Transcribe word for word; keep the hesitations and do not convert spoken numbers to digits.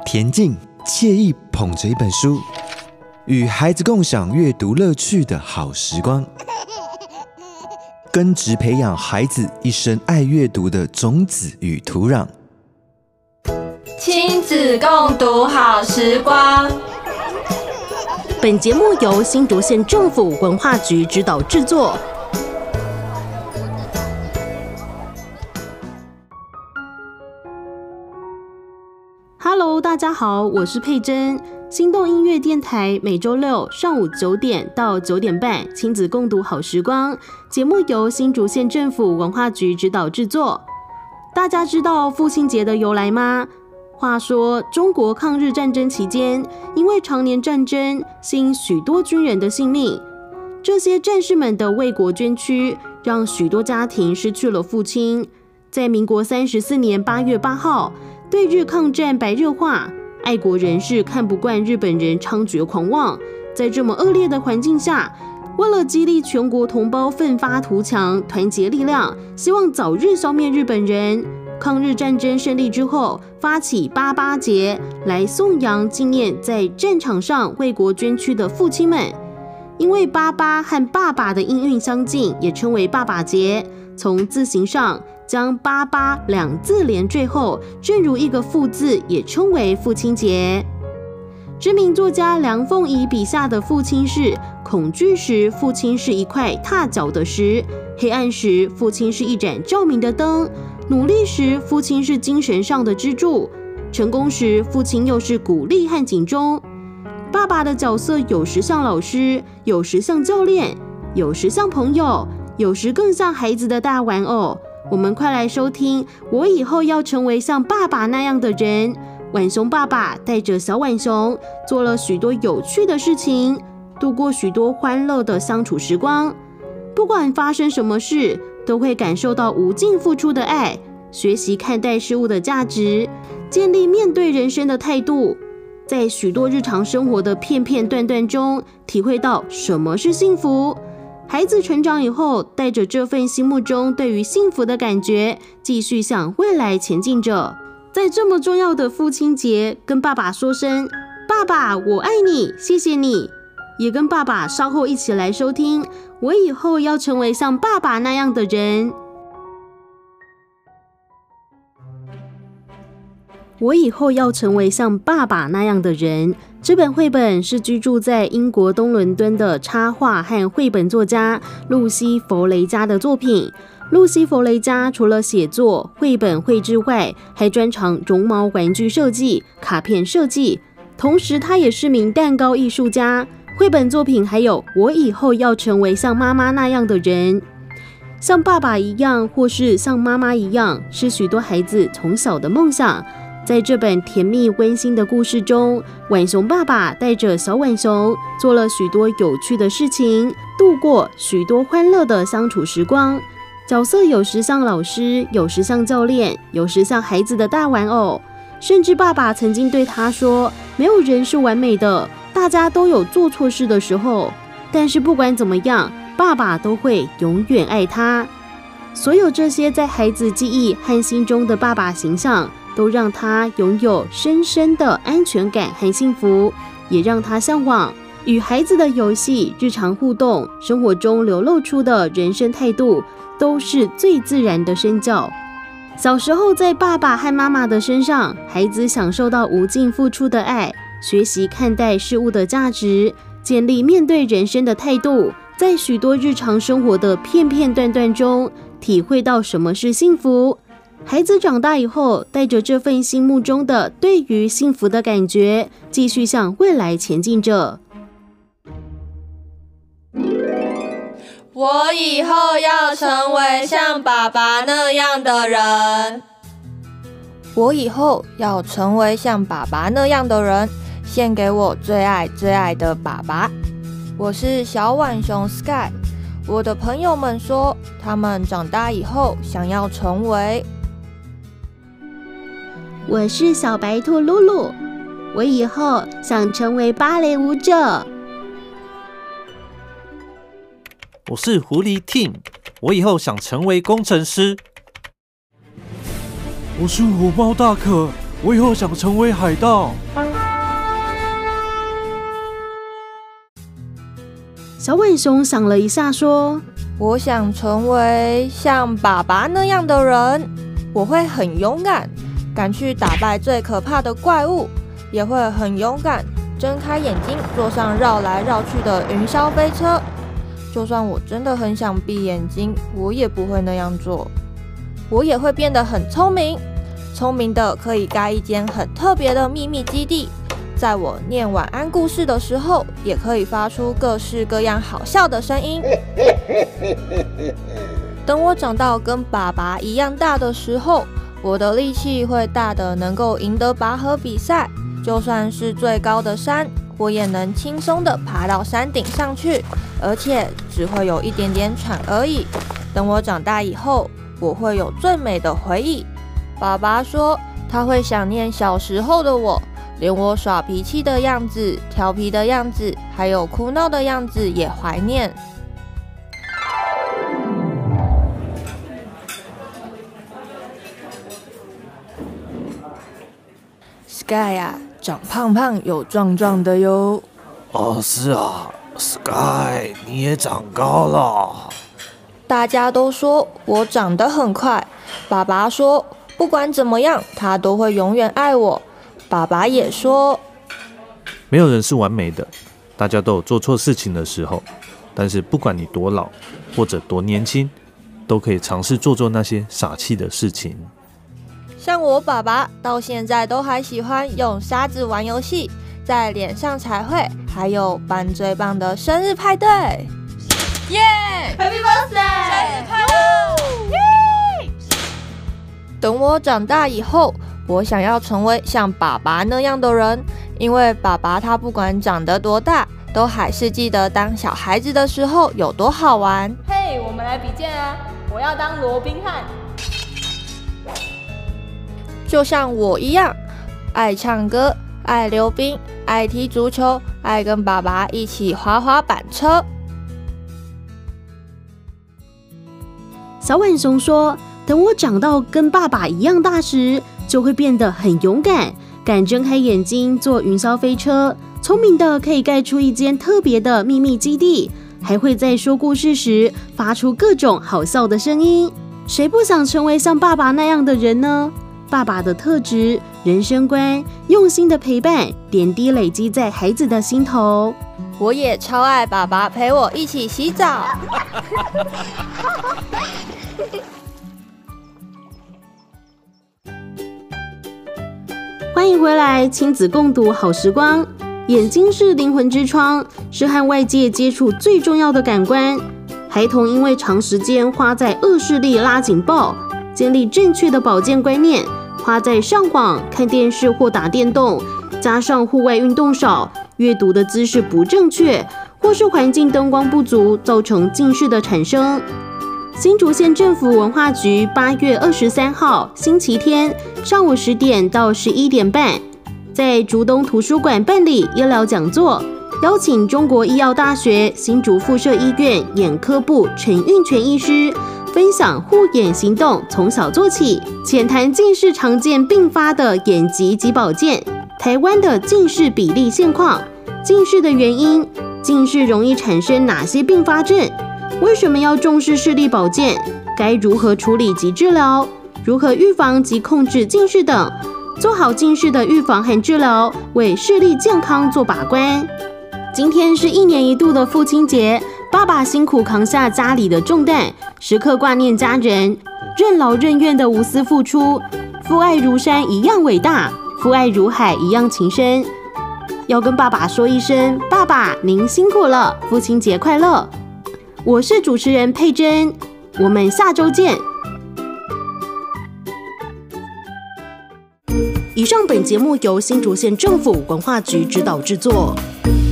恬静惬意捧着一本书，与孩子共享阅读乐趣的好时光，根植培养孩子一生爱阅读的种子与土壤。 亲子共读好时光。 本节目由新竹县政府文化局指导制作。Hello， 大家好，我是佩珍。心动音乐电台每周六上午九点到九点半，亲子共读好时光。节目由新竹县政府文化局指导制作。大家知道父亲节的由来吗？话说，中国抗日战争期间，因为常年战争，牺许多军人的性命。这些战士们的为国捐躯，让许多家庭失去了父亲。在民国三十四年八月八号，对日抗战白热化，爱国人士看不惯日本人猖獗狂妄，在这么恶劣的环境下，为了激励全国同胞奋发图强、团结力量，希望早日消灭日本人。抗日战争胜利之后，发起八八节来颂扬纪念在战场上为国捐躯的父亲们。因为八八和爸爸的音韵相近，也称为爸爸节。从字形上将八八两字连缀后，正如一个父字，也称为父亲节。知名作家梁凤仪笔下的父亲是：恐惧时，父亲是一块踏脚的石；黑暗时，父亲是一盏照明的灯；努力时，父亲是精神上的支柱；成功时，父亲又是鼓励和警钟。爸爸的角色有时像老师，有时像教练，有时像朋友，有时更像孩子的大玩偶。我们快来收听，我以后要成为像爸爸那样的人。浣熊爸爸带着小浣熊做了许多有趣的事情，度过许多欢乐的相处时光。不管发生什么事，都会感受到无尽付出的爱，学习看待事物的价值，建立面对人生的态度，在许多日常生活的片片段段中，体会到什么是幸福。孩子成长以后，带着这份心目中对于幸福的感觉，继续向未来前进着。在这么重要的父亲节，跟爸爸说声爸爸我爱你，谢谢你。也跟爸爸稍后一起来收听，我以后要成为像爸爸那样的人。我以后要成为像爸爸那样的人。这本绘本是居住在英国东伦敦的插画和绘本作家露西·弗雷加的作品。露西·弗雷加除了写作、绘本绘制外，还专长绒毛玩具设计、卡片设计，同时她也是名蛋糕艺术家。绘本作品还有《我以后要成为像妈妈那样的人》。像爸爸一样，或是像妈妈一样，是许多孩子从小的梦想。在这本甜蜜温馨的故事中，浣熊爸爸带着小浣熊做了许多有趣的事情，度过许多欢乐的相处时光。角色有时像老师，有时像教练，有时像孩子的大玩偶。甚至爸爸曾经对他说，没有人是完美的，大家都有做错事的时候，但是不管怎么样，爸爸都会永远爱他。所有这些在孩子记忆和心中的爸爸形象，都让他拥有深深的安全感和幸福，也让他向往与孩子的游戏、日常互动、生活中流露出的人生态度，都是最自然的身教。小时候在爸爸和妈妈的身上，孩子享受到无尽付出的爱，学习看待事物的价值，建立面对人生的态度，在许多日常生活的片片段段中，体会到什么是幸福。孩子长大以后，带着这份心目中的对于幸福的感觉，继续向未来前进着。 我以后要成为像爸爸那样的人。 我以后要成为像爸爸那样的人，献给我最爱最爱的爸爸。我是小浣熊 Sky， 我的朋友们说，他们长大以后想要成为。 我是小白兔露露，我以后想成为芭蕾舞者。 我是狐狸 Tim， 我以后想成为工程师。 我是火猫大可， 我以后想成为海盗。 小浣熊想了一下，说：“ 我想成为像爸爸那样的人，我会很勇敢，敢去打败最可怕的怪物，也会很勇敢，睁开眼睛坐上绕来绕去的云霄飞车。就算我真的很想闭眼睛，我也不会那样做。我也会变得很聪明，聪明的可以盖一间很特别的秘密基地。在我念晚安故事的时候，也可以发出各式各样好笑的声音。等我长到跟爸爸一样大的时候，我的力气会大的能够赢得拔河比赛。就算是最高的山，我也能轻松的爬到山顶上去，而且只会有一点点喘而已。等我长大以后，我会有最美的回忆。爸爸说他会想念小时候的我，连我耍脾气的样子、调皮的样子，还有哭闹的样子也怀念。Sky 啊，长胖胖又壮壮的哟。 哦，是啊 ，Sky， 你也长高了。 大家都说我长得很快，爸爸说不管怎么样，他都会永远爱我。爸爸也说， 没有人是完美的，大家都有做错事情的时候。但是不管你多老或者多年轻，都可以尝试做做那些傻气的事情。 像我爸爸到现在都还喜欢用沙子玩游戏，在脸上彩绘，还有办最棒的生日派对。 耶 ！Happy birthday！ 生日快乐！ 等我长大以后，我想要成为像爸爸那样的人，因为爸爸他不管长得多大，都还是记得当小孩子的时候有多好玩。 嘿， hey, 我们来比剑啊！我要当罗宾汉。 就像我一样，爱唱歌，爱溜冰，爱踢足球，爱跟爸爸一起滑滑板车。 小浣熊说：“等我长到跟爸爸一样大时，就会变得很勇敢，敢睁开眼睛坐云霄飞车，聪明的可以盖出一间特别的秘密基地，还会在说故事时发出各种好笑的声音。谁不想成为像爸爸那样的人呢？爸爸的特质、人生观、用心的陪伴，点滴累积在孩子的心头。 我也超爱爸爸陪我一起洗澡。” 欢迎回来，亲子共读好时光。眼睛是灵魂之窗，是和外界接触最重要的感官。孩童因为长时间花在恶视力拉警报，建立正确的保健观念，花在上网、看电视或打电动，加上户外运动少，阅读的姿势不正确，或是环境灯光不足，造成近视的产生。新竹县政府文化局八月二十三号星期天上午十点到十一点半，在竹东图书馆办理医疗讲座，邀请中国医药大学新竹附设医院眼科部陈运全医师分享护眼行动从小做起，浅谈近视常见并发的眼疾及保健，台湾的近视比例现况，近视的原因，近视容易产生哪些并发症？为什么要重视视力保健？该如何处理及治疗？如何预防及控制近视等？做好近视的预防和治疗，为视力健康做把关。今天是一年一度的父亲节，爸爸辛苦扛下家里的重担，时刻挂念家人，任劳任怨的无私付出，父爱如山一样伟大，父爱如海一样情深。要跟爸爸说一声，爸爸您辛苦了，父亲节快乐。我是主持人佩珍，我们下周见。以上本节目由新竹县政府文化局指导制作。